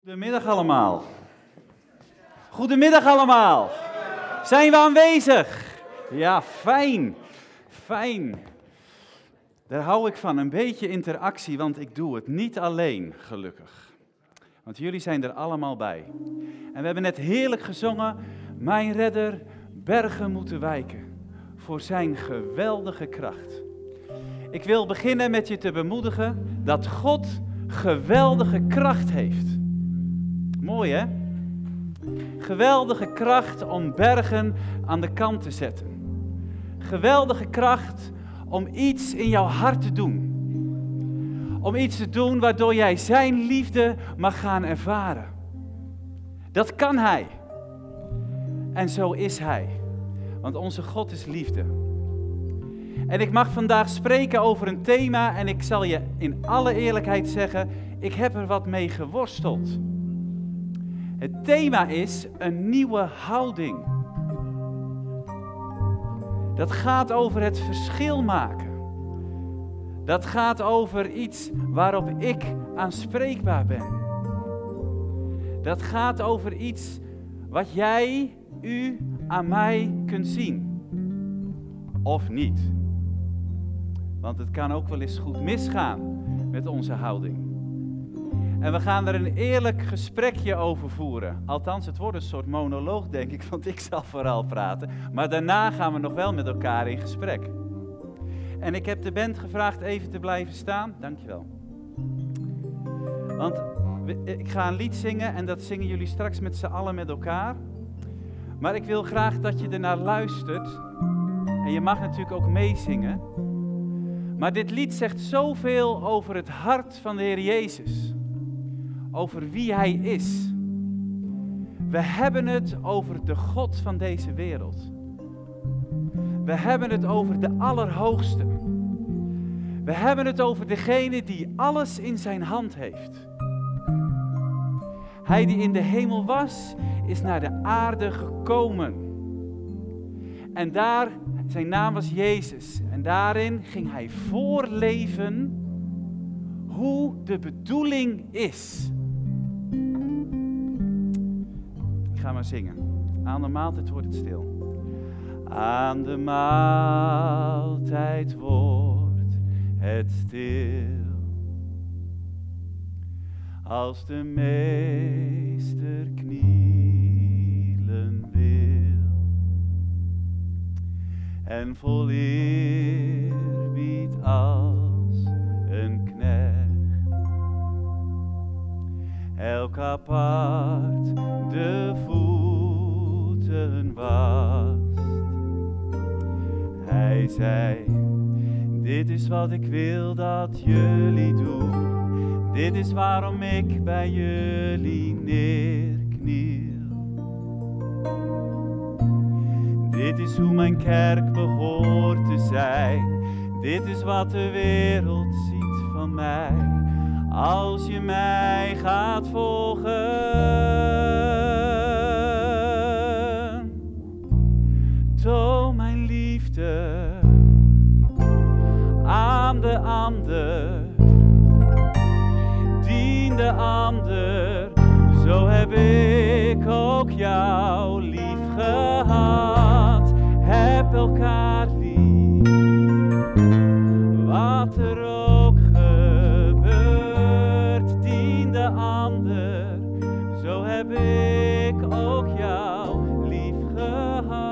Goedemiddag allemaal. Goedemiddag allemaal. Zijn we aanwezig? Ja, fijn. Fijn. Daar hou ik van, een beetje interactie, want ik doe het niet alleen, gelukkig. Want jullie zijn er allemaal bij. En we hebben net heerlijk gezongen, mijn redder, bergen moeten wijken, voor zijn geweldige kracht. Ik wil beginnen met je te bemoedigen dat God geweldige kracht heeft. Mooi hè? Geweldige kracht om bergen aan de kant te zetten. Geweldige kracht om iets in jouw hart te doen. Om iets te doen waardoor jij zijn liefde mag gaan ervaren. Dat kan Hij. En zo is Hij. Want onze God is liefde. En ik mag vandaag spreken over een thema en ik zal je in alle eerlijkheid zeggen, ik heb er wat mee geworsteld. Het thema is een nieuwe houding. Dat gaat over het verschil maken. Dat gaat over iets waarop ik aanspreekbaar ben. Dat gaat over iets wat jij, u aan mij kunt zien. Of niet. Want het kan ook wel eens goed misgaan met onze houding. En we gaan er een eerlijk gesprekje over voeren. Althans, het wordt een soort monoloog, denk ik, want ik zal vooral praten. Maar daarna gaan we nog wel met elkaar in gesprek. En ik heb de band gevraagd even te blijven staan. Dankjewel. Want ik ga een lied zingen en dat zingen jullie straks met z'n allen met elkaar. Maar ik wil graag dat je ernaar luistert. En je mag natuurlijk ook meezingen. Maar dit lied zegt zoveel over het hart van de Heer Jezus. Over wie Hij is. We hebben het over de God van deze wereld. We hebben het over de Allerhoogste. We hebben het over degene die alles in zijn hand heeft. Hij die in de hemel was, is naar de aarde gekomen. En daar, zijn naam was Jezus. En daarin ging Hij voorleven hoe de bedoeling is. Ik ga maar zingen. Aan de maaltijd wordt het stil. Aan de maaltijd wordt het stil. Als de meester knielen wil. En vol eerbied als een knecht. Elk apart de voeten wast. Hij zei, dit is wat ik wil dat jullie doen. Dit is waarom ik bij jullie neerkniel. Dit is hoe mijn kerk behoort te zijn. Dit is wat de wereld ziet van mij. Als je mij gaat volgen. Toon mijn liefde aan de ander. Dien de ander. Zo heb ik ook jou lief gehad. Heb elkaar lief. Wat er ook gebeurt, dien de ander. Zo heb ik ook jou lief gehad.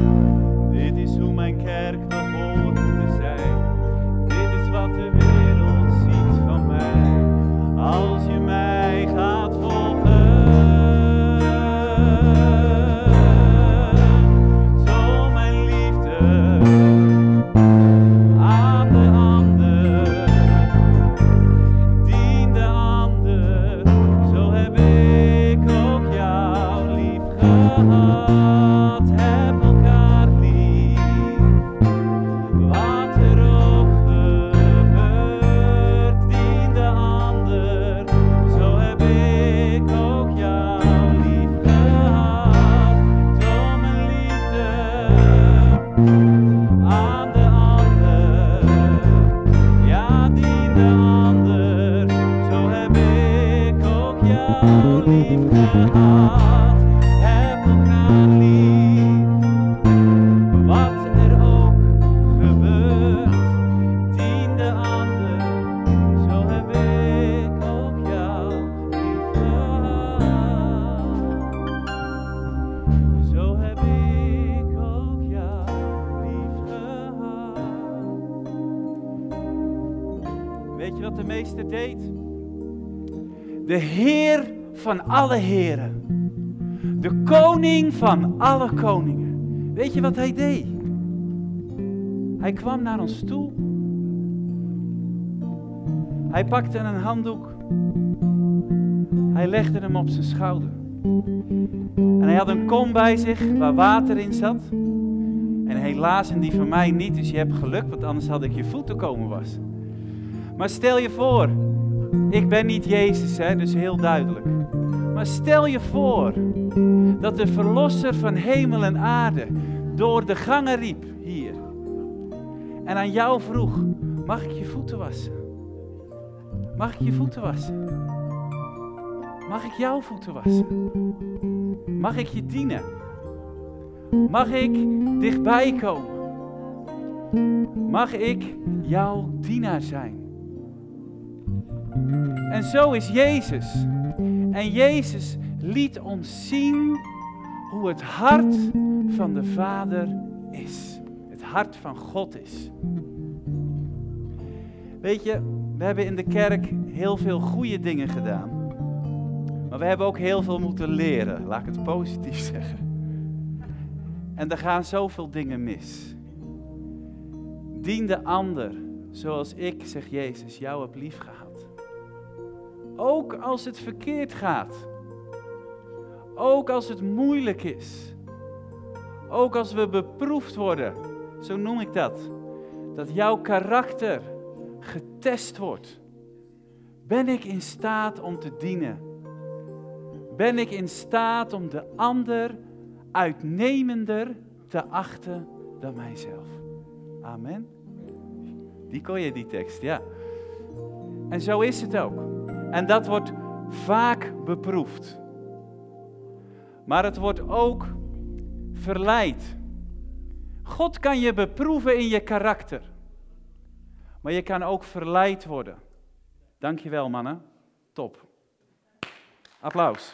Dit is hoe mijn kerk nog hoort te zijn. Dit is wat de wereld ziet van mij. Als je mij gaat volgen. Zo mijn liefde aan de ander. Dien de ander. Zo heb ik ook jou lief gehad. Heb elkaar lief. Wat er ook gebeurt, dien de ander. Zo heb ik ook jou lief gehad. Toon mijn liefde aan de ander. Ja, dien de ander. Zo heb ik ook jou lief gehad. Heb elkaar lief. Wat er ook gebeurt, dien de ander. Zo heb ik ook jou lief gehad. Zo heb ik ook jou lief gehad. Weet je wat de meester deed? De Heer van alle heren. De koning van alle koningen. Weet je wat hij deed? Hij kwam naar ons toe. Hij pakte een handdoek. Hij legde hem op zijn schouder. En hij had een kom bij zich waar water in zat. En helaas in die van mij niet, dus je hebt geluk, want anders had ik je voeten komen wassen. Maar stel je voor, ik ben niet Jezus, hè, dus heel duidelijk. Maar stel je voor dat de verlosser van hemel en aarde door de gangen riep hier. En aan jou vroeg, mag ik je voeten wassen? Mag ik je voeten wassen? Mag ik jouw voeten wassen? Mag ik je dienen? Mag ik dichtbij komen? Mag ik jouw dienaar zijn? En zo is Jezus. En Jezus liet ons zien hoe het hart van de Vader is. Het hart van God is. Weet je, we hebben in de kerk heel veel goede dingen gedaan. Maar we hebben ook heel veel moeten leren, laat ik het positief zeggen. En er gaan zoveel dingen mis. Dien de ander, zoals ik, zegt Jezus, jou heb lief gehad. Ook als het verkeerd gaat. Ook als het moeilijk is. Ook als we beproefd worden, zo noem ik dat. Dat jouw karakter getest wordt. Ben ik in staat om te dienen? Ben ik in staat om de ander uitnemender te achten dan mijzelf? Amen. Die kon je, die tekst, ja. En zo is het ook. En dat wordt vaak beproefd. Maar het wordt ook verleid. God kan je beproeven in je karakter. Maar je kan ook verleid worden. Dankjewel, mannen. Top. Applaus.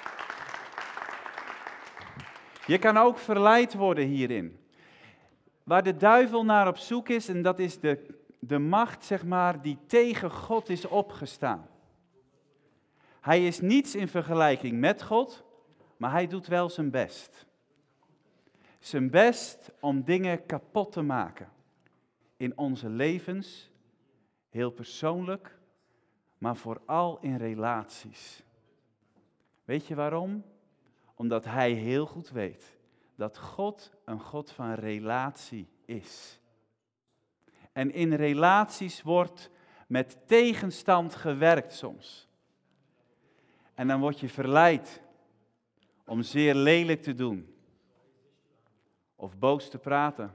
Je kan ook verleid worden hierin. Waar de duivel naar op zoek is, en dat is de macht, zeg maar, die tegen God is opgestaan. Hij is niets in vergelijking met God, maar hij doet wel zijn best. Zijn best om dingen kapot te maken. In onze levens, heel persoonlijk, maar vooral in relaties. Weet je waarom? Omdat hij heel goed weet dat God een God van relatie is. En in relaties wordt met tegenstand gewerkt soms. En dan word je verleid om zeer lelijk te doen. Of boos te praten.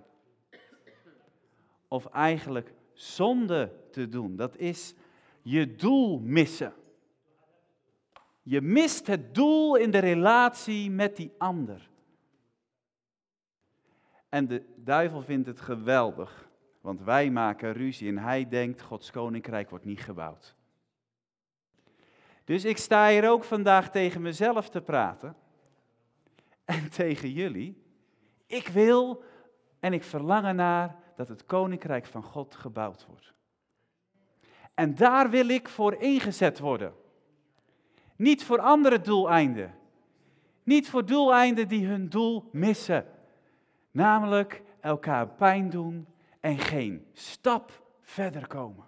Of eigenlijk zonde te doen. Dat is je doel missen. Je mist het doel in de relatie met die ander. En de duivel vindt het geweldig. Want wij maken ruzie en hij denkt, Gods koninkrijk wordt niet gebouwd. Dus ik sta hier ook vandaag tegen mezelf te praten. En tegen jullie. Ik wil en ik verlang ernaar dat het koninkrijk van God gebouwd wordt. En daar wil ik voor ingezet worden. Niet voor andere doeleinden. Niet voor doeleinden die hun doel missen. Namelijk elkaar pijn doen en geen stap verder komen.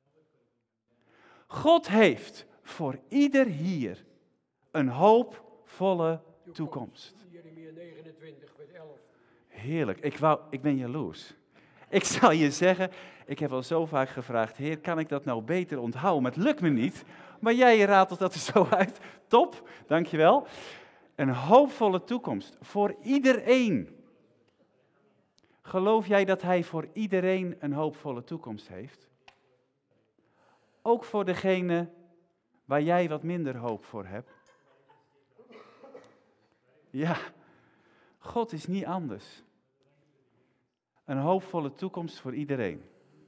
God heeft voor ieder hier een hoopvolle toekomst. Jeremia 29, vers 11. Heerlijk, ik ben jaloers. Ik zal je zeggen, ik heb al zo vaak gevraagd, Heer, kan ik dat nou beter onthouden? Maar het lukt me niet, maar jij ratelt dat er zo uit. Top, dankjewel. Een hoopvolle toekomst voor iedereen. Geloof jij dat hij voor iedereen een hoopvolle toekomst heeft? Ook voor degene waar jij wat minder hoop voor hebt? Ja, God is niet anders. Een hoopvolle toekomst voor iedereen.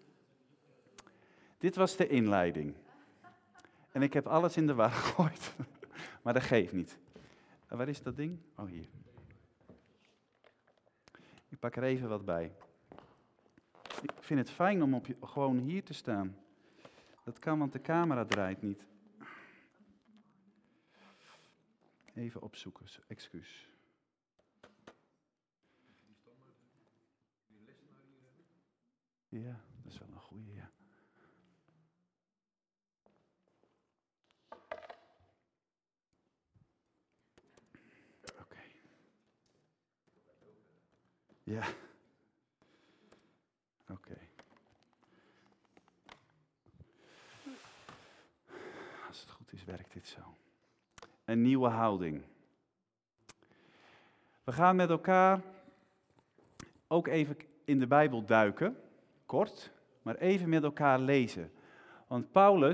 Dit was de inleiding. En ik heb alles in de war gegooid. Maar dat geeft niet. Waar is dat ding? Oh, hier. Ik pak er even wat bij. Ik vind het fijn om gewoon hier te staan. Dat kan, want de camera draait niet. Even opzoeken, excuus. Ja, dat is wel een goeie, ja. Oké. Ja. Oké. Als het goed is, werkt dit zo. Een nieuwe houding. We gaan met elkaar ook even in de Bijbel duiken. Kort, maar even met elkaar lezen. Want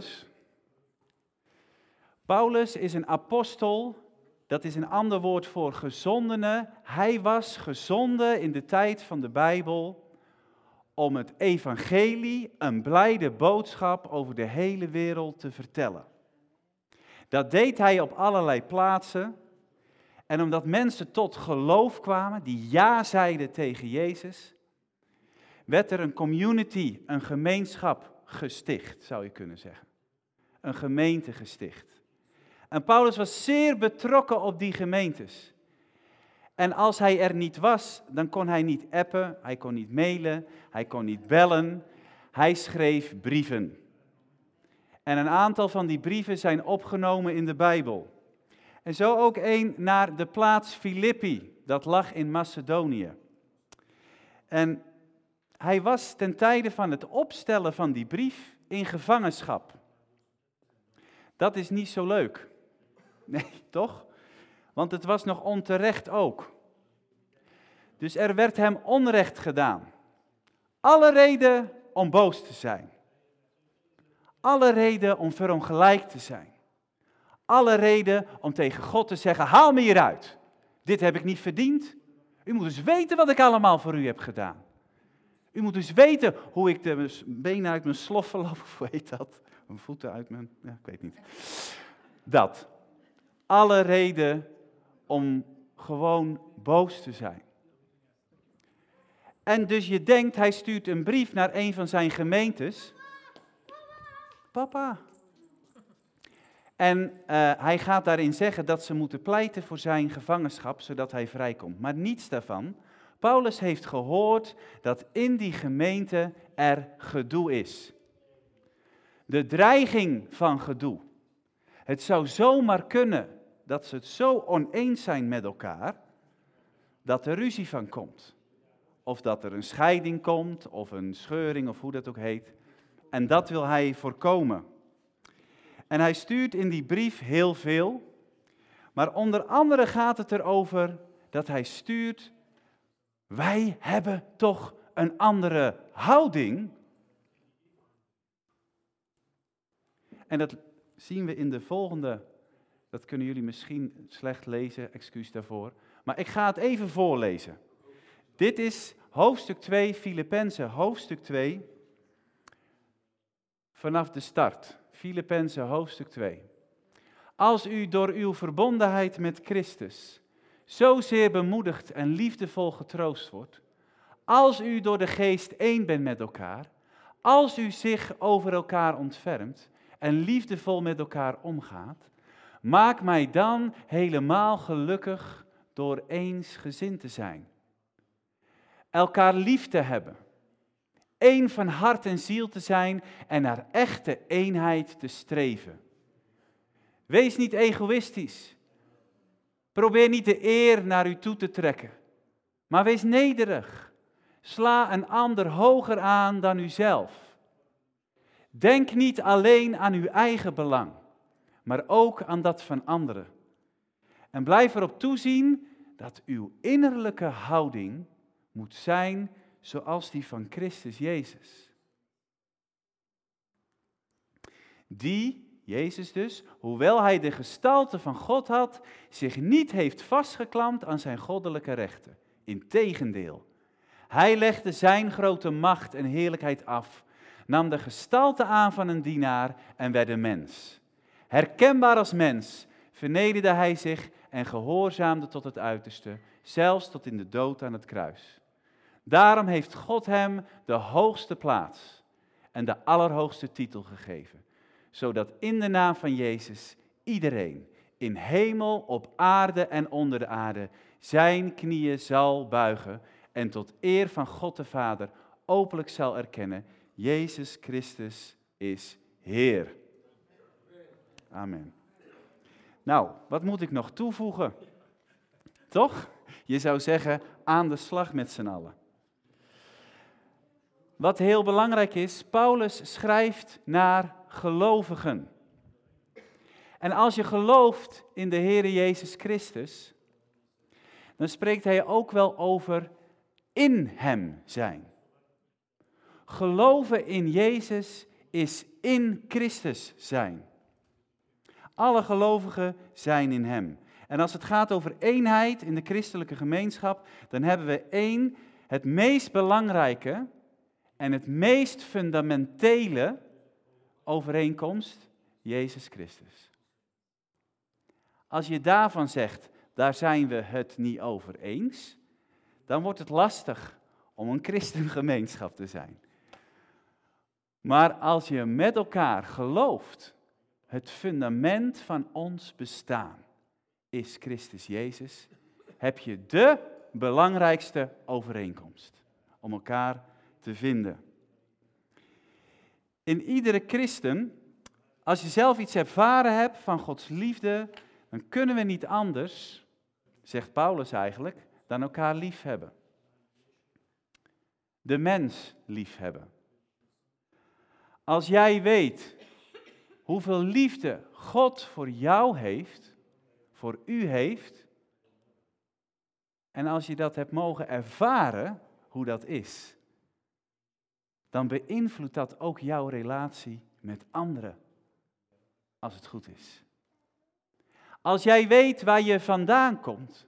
Paulus is een apostel, dat is een ander woord voor gezondene. Hij was gezonden in de tijd van de Bijbel om het evangelie, een blijde boodschap over de hele wereld te vertellen. Dat deed hij op allerlei plaatsen. En omdat mensen tot geloof kwamen, die ja zeiden tegen Jezus, werd er een community, een gemeenschap gesticht, zou je kunnen zeggen. Een gemeente gesticht. En Paulus was zeer betrokken op die gemeentes. En als hij er niet was, dan kon hij niet appen, hij kon niet mailen, hij kon niet bellen. Hij schreef brieven. En een aantal van die brieven zijn opgenomen in de Bijbel. En zo ook één naar de plaats Filippi, dat lag in Macedonië. En hij was ten tijde van het opstellen van die brief in gevangenschap. Dat is niet zo leuk. Nee, toch? Want het was nog onterecht ook. Dus er werd hem onrecht gedaan. Alle reden om boos te zijn. Alle reden om verongelijkt te zijn. Alle reden om tegen God te zeggen, haal me hieruit. Dit heb ik niet verdiend. U moet dus weten wat ik allemaal voor u heb gedaan. U moet dus weten hoe ik de benen uit mijn sloffen loop, of hoe heet dat? Mijn voeten uit mijn, ja, ik weet niet. Dat. Alle reden om gewoon boos te zijn. En dus je denkt, hij stuurt een brief naar een van zijn gemeentes. Papa. En hij gaat daarin zeggen dat ze moeten pleiten voor zijn gevangenschap, zodat hij vrijkomt. Maar niets daarvan. Paulus heeft gehoord dat in die gemeente er gedoe is. De dreiging van gedoe. Het zou zomaar kunnen dat ze het zo oneens zijn met elkaar, dat er ruzie van komt. Of dat er een scheiding komt, of een scheuring, of hoe dat ook heet. En dat wil hij voorkomen. En hij stuurt in die brief heel veel. Maar onder andere gaat het erover dat hij stuurt, wij hebben toch een andere houding. En dat zien we in de volgende, dat kunnen jullie misschien slecht lezen, excuus daarvoor. Maar ik ga het even voorlezen. Dit is hoofdstuk 2, Filippenzen, hoofdstuk 2, vanaf de start. Filippenzen, hoofdstuk 2. Als u door uw verbondenheid met Christus zozeer bemoedigd en liefdevol getroost wordt, als u door de geest één bent met elkaar, als u zich over elkaar ontfermt en liefdevol met elkaar omgaat, maak mij dan helemaal gelukkig door eensgezind te zijn. Elkaar lief te hebben, één van hart en ziel te zijn en naar echte eenheid te streven. Wees niet egoïstisch. Probeer niet de eer naar u toe te trekken, maar wees nederig. Sla een ander hoger aan dan uzelf. Denk niet alleen aan uw eigen belang, maar ook aan dat van anderen. En blijf erop toezien dat uw innerlijke houding moet zijn zoals die van Christus Jezus. Die, Jezus dus, hoewel hij de gestalte van God had, zich niet heeft vastgeklampt aan zijn goddelijke rechten. Integendeel, hij legde zijn grote macht en heerlijkheid af, nam de gestalte aan van een dienaar en werd een mens. Herkenbaar als mens vernederde hij zich en gehoorzaamde tot het uiterste, zelfs tot in de dood aan het kruis. Daarom heeft God hem de hoogste plaats en de allerhoogste titel gegeven, zodat in de naam van Jezus iedereen in hemel, op aarde en onder de aarde zijn knieën zal buigen en tot eer van God de Vader openlijk zal erkennen: Jezus Christus is Heer. Amen. Nou, wat moet ik nog toevoegen? Toch? Je zou zeggen, aan de slag met z'n allen. Wat heel belangrijk is, Paulus schrijft naar gelovigen. En als je gelooft in de Heere Jezus Christus, dan spreekt hij ook wel over in hem zijn. Geloven in Jezus is in Christus zijn. Alle gelovigen zijn in hem. En als het gaat over eenheid in de christelijke gemeenschap, dan hebben we één, het meest belangrijke en het meest fundamentele overeenkomst, Jezus Christus. Als je daarvan zegt, daar zijn we het niet over eens, dan wordt het lastig om een christengemeenschap te zijn. Maar als je met elkaar gelooft, het fundament van ons bestaan is Christus Jezus, heb je de belangrijkste overeenkomst om elkaar te vinden. In iedere christen, als je zelf iets ervaren hebt van Gods liefde, dan kunnen we niet anders, zegt Paulus eigenlijk, dan elkaar lief hebben. De mens lief hebben. Als jij weet hoeveel liefde God voor jou heeft, voor u heeft, en als je dat hebt mogen ervaren, hoe dat is, dan beïnvloedt dat ook jouw relatie met anderen, als het goed is. Als jij weet waar je vandaan komt,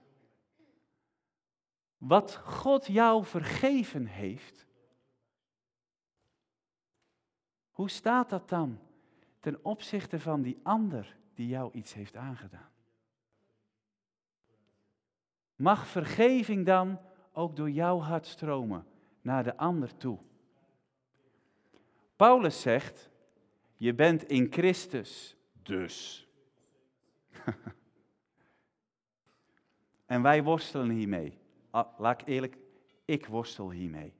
wat God jou vergeven heeft, hoe staat dat dan ten opzichte van die ander die jou iets heeft aangedaan? Mag vergeving dan ook door jouw hart stromen naar de ander toe? Paulus zegt, je bent in Christus, dus. En wij worstelen hiermee. Laat ik eerlijk, ik worstel hiermee.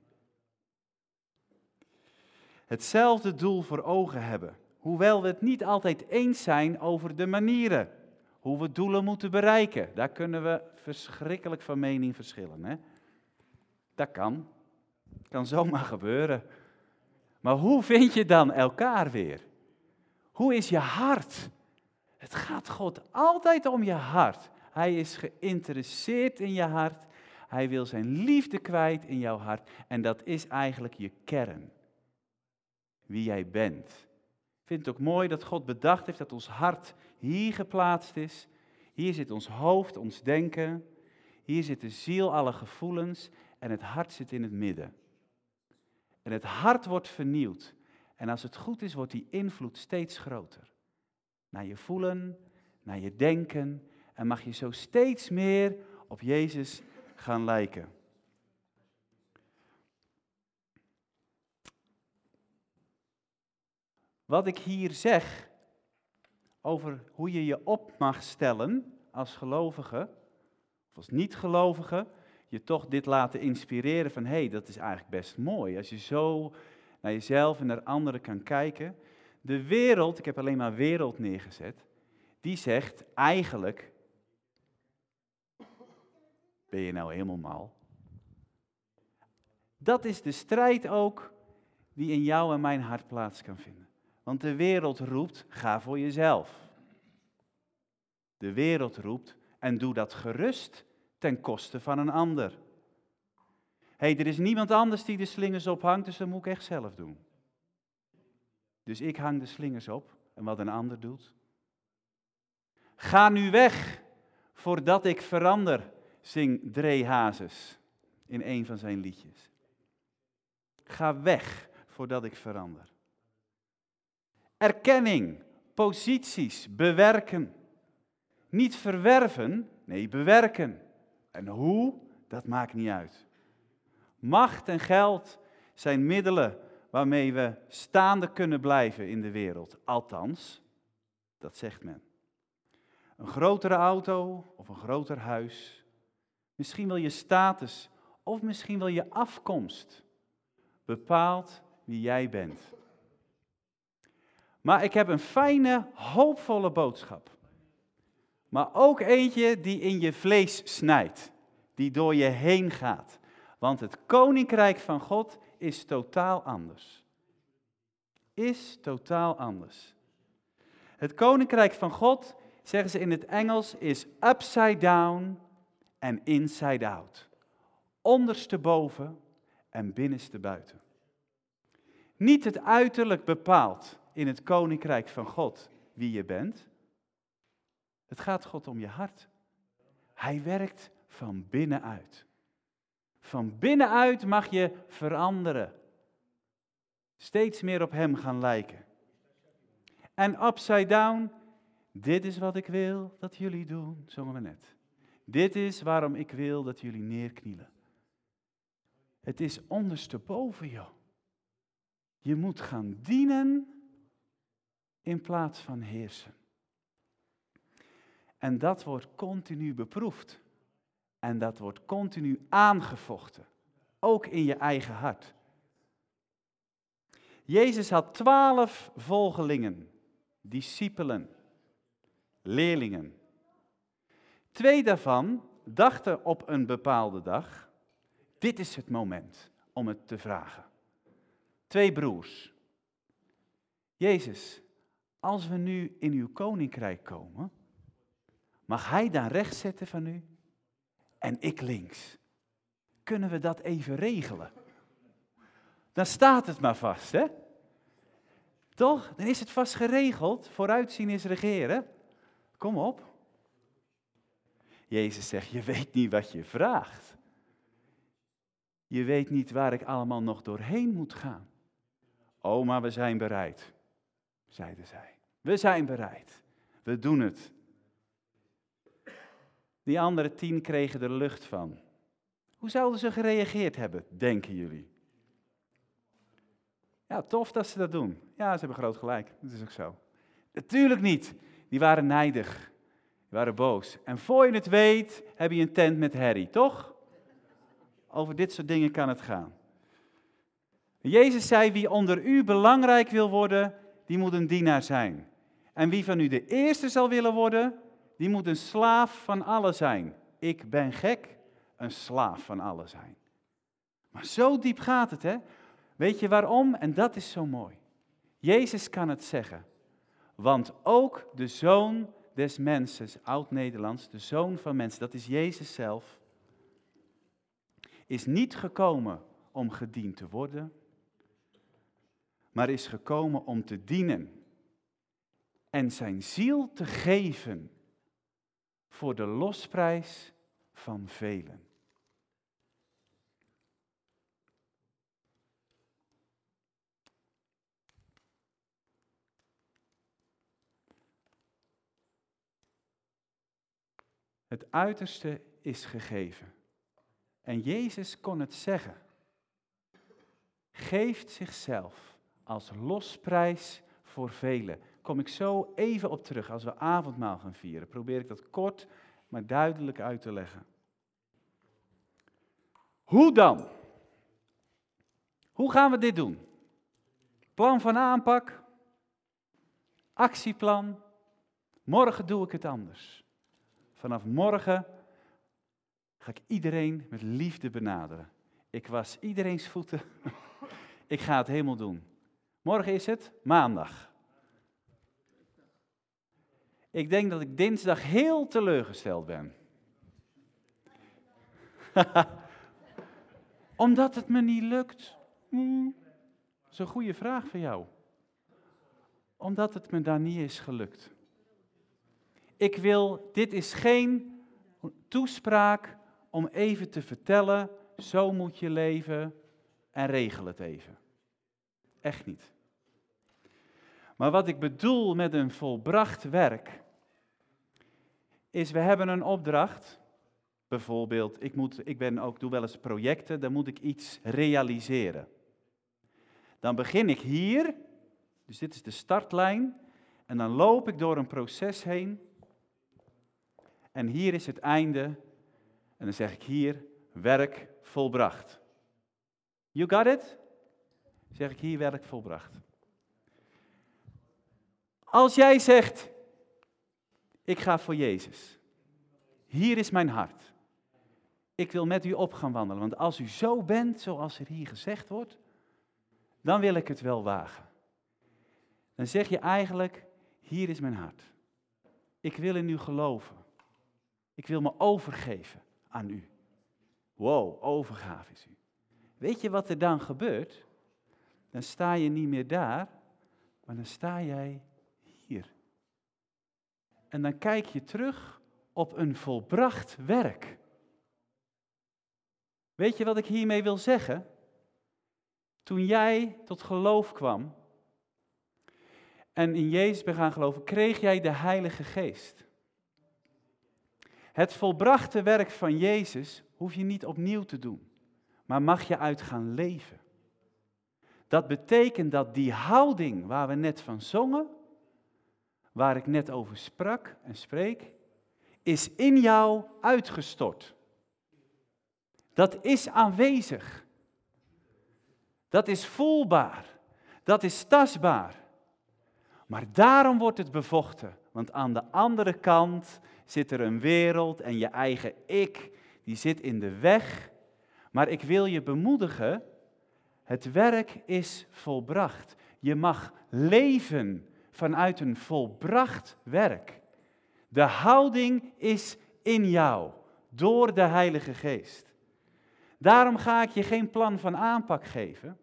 Hetzelfde doel voor ogen hebben, hoewel we het niet altijd eens zijn over de manieren, hoe we doelen moeten bereiken. Daar kunnen we verschrikkelijk van mening verschillen. Hè? Dat kan zomaar gebeuren. Maar hoe vind je dan elkaar weer? Hoe is je hart? Het gaat God altijd om je hart. Hij is geïnteresseerd in je hart. Hij wil zijn liefde kwijt in jouw hart. En dat is eigenlijk je kern. Wie jij bent. Ik vind het ook mooi dat God bedacht heeft dat ons hart hier geplaatst is. Hier zit ons hoofd, ons denken. Hier zit de ziel, alle gevoelens. En het hart zit in het midden. En het hart wordt vernieuwd. En als het goed is, wordt die invloed steeds groter. Naar je voelen, naar je denken. En mag je zo steeds meer op Jezus gaan lijken. Wat ik hier zeg over hoe je je op mag stellen als gelovige, of als niet-gelovige, je toch dit laten inspireren van, hé, dat is eigenlijk best mooi. Als je zo naar jezelf en naar anderen kan kijken. De wereld, ik heb alleen maar wereld neergezet, die zegt eigenlijk, ben je nou helemaal mal? Dat is de strijd ook die in jou en mijn hart plaats kan vinden. Want de wereld roept, ga voor jezelf. De wereld roept, en doe dat gerust ten koste van een ander. Hé, er is niemand anders die de slingers ophangt, dus dat moet ik echt zelf doen. Dus ik hang de slingers op, en wat een ander doet. Ga nu weg, voordat ik verander, zingt Dree Hazes in een van zijn liedjes. Ga weg, voordat ik verander. Erkenning, posities, bewerken. Niet verwerven, nee, bewerken. En hoe, dat maakt niet uit. Macht en geld zijn middelen waarmee we staande kunnen blijven in de wereld. Althans, dat zegt men. Een grotere auto of een groter huis. Misschien wel je status of misschien wel je afkomst. Bepaalt wie jij bent. Maar ik heb een fijne, hoopvolle boodschap. Maar ook eentje die in je vlees snijdt. Die door je heen gaat. Want het koninkrijk van God is totaal anders. Is totaal anders. Het koninkrijk van God, zeggen ze in het Engels, is upside down en inside out. Ondersteboven en binnenstebuiten. Niet het uiterlijk bepaalt in het koninkrijk van God wie je bent. Het gaat God om je hart. Hij werkt van binnenuit. Van binnenuit mag je veranderen. Steeds meer op hem gaan lijken. En upside down, dit is wat ik wil dat jullie doen, zongen we net. Dit is waarom ik wil dat jullie neerknielen. Het is ondersteboven, joh. Je moet gaan dienen in plaats van heersen. En dat wordt continu beproefd. En dat wordt continu aangevochten. Ook in je eigen hart. Jezus had 12 volgelingen, discipelen, leerlingen. 2 daarvan dachten op een bepaalde dag, dit is het moment om het te vragen. 2 broers. Jezus, als we nu in uw koninkrijk komen, mag hij dan rechts zetten van u en ik links? Kunnen we dat even regelen? Dan staat het maar vast, hè? Toch? Dan is het vast geregeld. Vooruitzien is regeren. Kom op. Jezus zegt, je weet niet wat je vraagt. Je weet niet waar ik allemaal nog doorheen moet gaan. Oh, maar we zijn bereid, zeiden zij. We zijn bereid. We doen het. Die andere 10 kregen er lucht van. Hoe zouden ze gereageerd hebben, denken jullie? Ja, tof dat ze dat doen. Ja, ze hebben groot gelijk. Dat is ook zo. Natuurlijk niet. Die waren nijdig. Die waren boos. En voor je het weet, heb je een tent met herrie, toch? Over dit soort dingen kan het gaan. Jezus zei, wie onder u belangrijk wil worden, die moet een dienaar zijn. En wie van u de eerste zal willen worden, die moet een slaaf van allen zijn. Ik ben gek, een slaaf van allen zijn. Maar zo diep gaat het, hè? Weet je waarom? En dat is zo mooi. Jezus kan het zeggen. Want ook de Zoon des Mensen, oud-Nederlands, de Zoon van Mensen, dat is Jezus zelf, is niet gekomen om gediend te worden, maar is gekomen om te dienen en zijn ziel te geven voor de losprijs van velen. Het uiterste is gegeven. En Jezus kon het zeggen. Geeft zichzelf als losprijs voor velen. Kom ik zo even op terug als we avondmaal gaan vieren. Probeer ik dat kort, maar duidelijk uit te leggen. Hoe dan? Hoe gaan we dit doen? Plan van aanpak? Actieplan? Morgen doe ik het anders. Vanaf morgen ga ik iedereen met liefde benaderen. Ik was iedereen's voeten. Ik ga het helemaal doen. Morgen is het maandag. Ik denk dat ik dinsdag heel teleurgesteld ben. Omdat het me niet lukt. Dat is een goede vraag voor jou. Omdat het me daar niet is gelukt. Dit is geen toespraak om even te vertellen, zo moet je leven en regel het even. Echt niet. Maar wat ik bedoel met een volbracht werk, is we hebben een opdracht. Bijvoorbeeld, doe wel eens projecten, dan moet ik iets realiseren. Dan begin ik hier, dus dit is de startlijn, en dan loop ik door een proces heen. En hier is het einde, en dan zeg ik hier, werk volbracht. You got it? Zeg ik hier, werk volbracht. Als jij zegt, ik ga voor Jezus. Hier is mijn hart. Ik wil met u op gaan wandelen, want als u zo bent, zoals er hier gezegd wordt, dan wil ik het wel wagen. Dan zeg je eigenlijk, hier is mijn hart. Ik wil in u geloven. Ik wil me overgeven aan u. Wow, overgave is u. Weet je wat er dan gebeurt? Dan sta je niet meer daar, maar dan sta jij hier. En dan kijk je terug op een volbracht werk. Weet je wat ik hiermee wil zeggen? Toen jij tot geloof kwam en in Jezus bent gaan geloven, kreeg jij de Heilige Geest. Het volbrachte werk van Jezus hoef je niet opnieuw te doen, maar mag je uit gaan leven. Dat betekent dat die houding waar we net van zongen, waar ik net over sprak en spreek, is in jou uitgestort. Dat is aanwezig. Dat is voelbaar. Dat is tastbaar. Maar daarom wordt het bevochten. Want aan de andere kant zit er een wereld en je eigen ik, die zit in de weg. Maar ik wil je bemoedigen, het werk is volbracht. Je mag leven vanuit een volbracht werk. De houding is in jou, door de Heilige Geest. Daarom ga ik je geen plan van aanpak geven.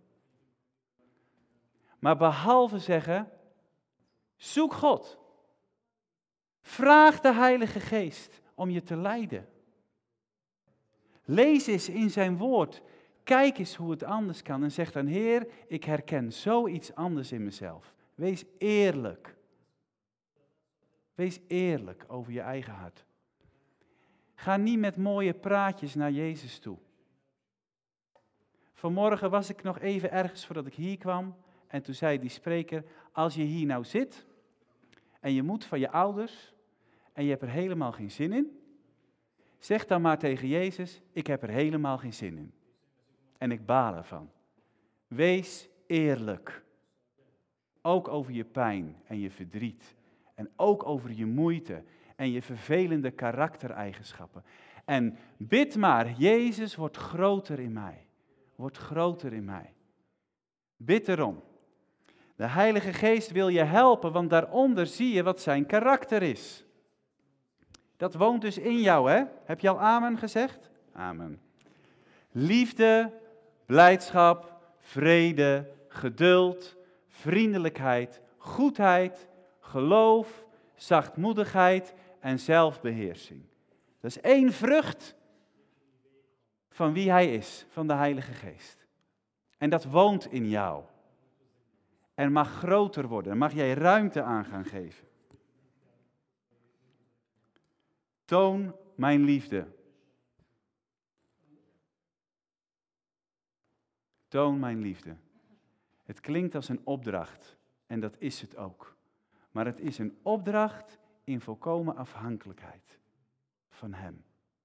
Maar behalve zeggen, zoek God. Vraag de Heilige Geest om je te leiden. Lees eens in zijn woord. Kijk eens hoe het anders kan. En zeg dan, Heer, ik herken zoiets anders in mezelf. Wees eerlijk. Wees eerlijk over je eigen hart. Ga niet met mooie praatjes naar Jezus toe. Vanmorgen was ik nog even ergens voordat ik hier kwam. En toen zei die spreker, als je hier nou zit en je moet van je ouders en je hebt er helemaal geen zin in. Zeg dan maar tegen Jezus, ik heb er helemaal geen zin in. En ik baal ervan. Wees eerlijk. Ook over je pijn en je verdriet. En ook over je moeite en je vervelende karaktereigenschappen. En bid maar, Jezus wordt groter in mij. Wordt groter in mij. Bid erom. De Heilige Geest wil je helpen, want daaronder zie je wat zijn karakter is. Dat woont dus in jou, hè? Heb je al amen gezegd? Amen. Liefde, blijdschap, vrede, geduld, vriendelijkheid, goedheid, geloof, zachtmoedigheid en zelfbeheersing. Dat is 1 vrucht van wie hij is, van de Heilige Geest. En dat woont in jou. En mag groter worden, daar mag jij ruimte aan gaan geven. Toon mijn liefde. Toon mijn liefde. Het klinkt als een opdracht en dat is het ook. Maar het is een opdracht in volkomen afhankelijkheid van Hem.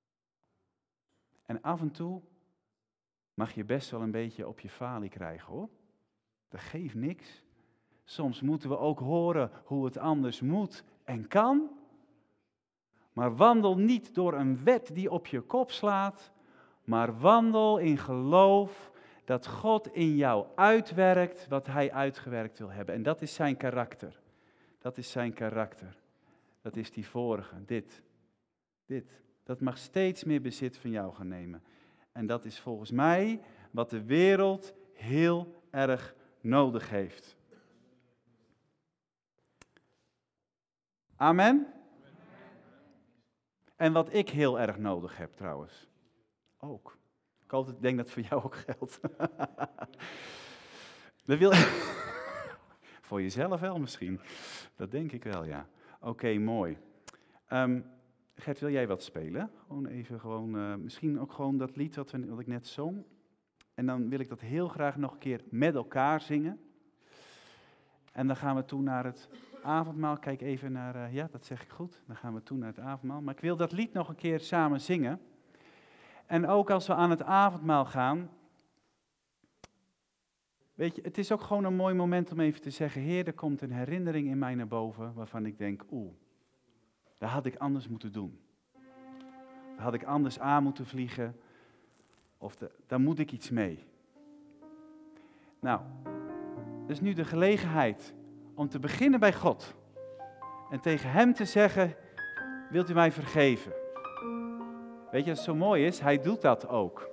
En af en toe mag je best wel een beetje op je falie krijgen hoor. Dat geeft niks. Soms moeten we ook horen hoe het anders moet en kan. Maar wandel niet door een wet die op je kop slaat, maar wandel in geloof dat God in jou uitwerkt wat Hij uitgewerkt wil hebben. En dat is zijn karakter. Dat is zijn karakter. Dat is die vorige, dit. Dat mag steeds meer bezit van jou gaan nemen. En dat is volgens mij wat de wereld heel erg nodig heeft. Amen? En wat ik heel erg nodig heb trouwens. Ook. Ik denk dat het voor jou ook geldt. Dat wil... Voor jezelf wel misschien. Dat denk ik wel, ja. Oké, mooi. Gert, wil jij wat spelen? Misschien ook gewoon dat lied wat ik net zong. En dan wil ik dat heel graag nog een keer met elkaar zingen. En dan gaan we toe naar het avondmaal. Kijk even naar, ja, dat zeg ik goed. Dan gaan we toe naar het avondmaal. Maar ik wil dat lied nog een keer samen zingen. En ook als we aan het avondmaal gaan. Weet je, het is ook gewoon een mooi moment om even te zeggen, Heer, er komt een herinnering in mij naar boven waarvan ik denk, dat had ik anders moeten doen. Daar had ik anders aan moeten vliegen. Of daar moet ik iets mee. Nou, dat is nu de gelegenheid om te beginnen bij God. En tegen Hem te zeggen, wilt u mij vergeven? Weet je wat zo mooi is? Hij doet dat ook.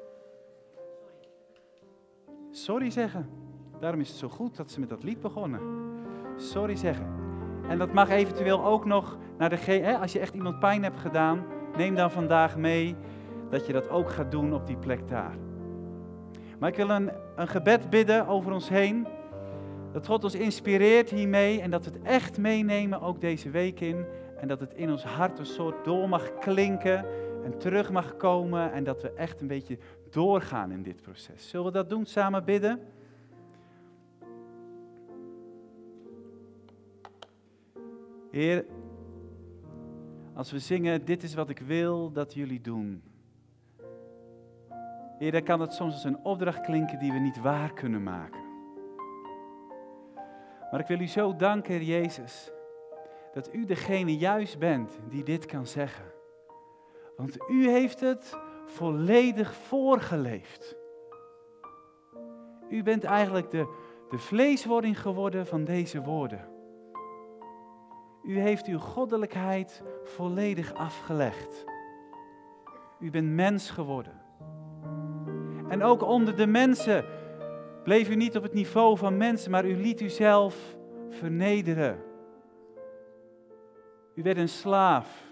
Sorry zeggen. Daarom is het zo goed dat ze met dat lied begonnen. Sorry zeggen. En dat mag eventueel ook nog naar de als je echt iemand pijn hebt gedaan, neem dan vandaag mee dat je dat ook gaat doen op die plek daar. Maar ik wil een gebed bidden over ons heen. Dat God ons inspireert hiermee en dat we het echt meenemen ook deze week in. En dat het in ons hart een soort door mag klinken en terug mag komen. En dat we echt een beetje doorgaan in dit proces. Zullen we dat doen, samen bidden? Heer, als we zingen, dit is wat ik wil dat jullie doen. Heer, dan kan het soms als een opdracht klinken die we niet waar kunnen maken. Maar ik wil u zo danken, Heer Jezus, dat u degene juist bent die dit kan zeggen. Want u heeft het volledig voorgeleefd. U bent eigenlijk de vleeswording geworden van deze woorden. U heeft uw goddelijkheid volledig afgelegd. U bent mens geworden. En ook onder de mensen bleef u niet op het niveau van mensen, maar u liet uzelf vernederen. U werd een slaaf.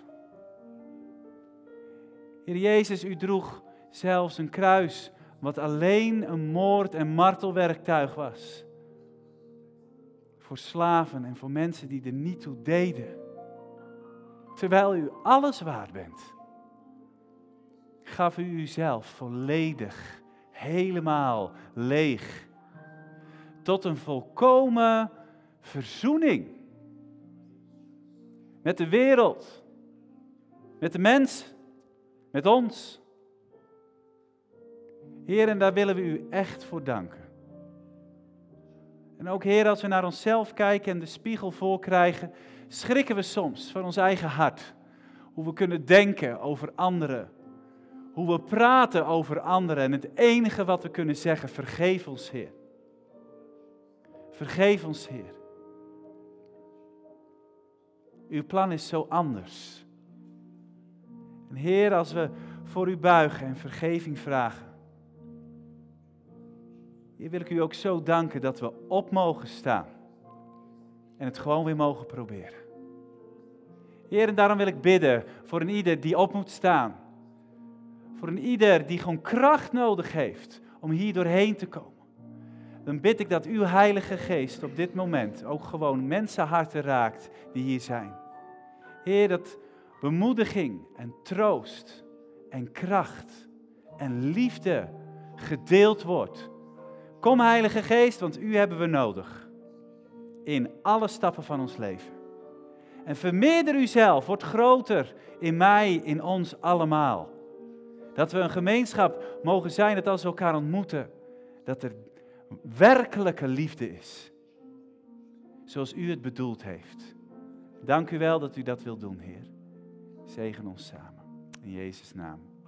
Heer Jezus, u droeg zelfs een kruis, wat alleen een moord- en martelwerktuig was. Voor slaven en voor mensen die er niet toe deden. Terwijl u alles waard bent, gaf u uzelf volledig, helemaal leeg. Tot een volkomen verzoening. Met de wereld. Met de mens. Met ons. Heer, en daar willen we u echt voor danken. En ook, Heer, als we naar onszelf kijken en de spiegel voorkrijgen, schrikken we soms van ons eigen hart. Hoe we kunnen denken over anderen. Hoe we praten over anderen. En het enige wat we kunnen zeggen, vergeef ons, Heer. Vergeef ons, Heer. Uw plan is zo anders. En Heer, als we voor u buigen en vergeving vragen, Heer, wil ik u ook zo danken dat we op mogen staan. En het gewoon weer mogen proberen. Heer, en daarom wil ik bidden voor een ieder die op moet staan. Voor een ieder die gewoon kracht nodig heeft om hier doorheen te komen. Dan bid ik dat uw Heilige Geest op dit moment ook gewoon mensenharten raakt die hier zijn. Heer, dat bemoediging en troost en kracht en liefde gedeeld wordt. Kom Heilige Geest, want u hebben we nodig. In alle stappen van ons leven. En vermeerder uzelf, word groter in mij, in ons allemaal. Dat we een gemeenschap mogen zijn dat als we elkaar ontmoeten, dat er werkelijke liefde is. Zoals u het bedoeld heeft. Dank u wel dat u dat wilt doen, Heer. Zegen ons samen. In Jezus' naam.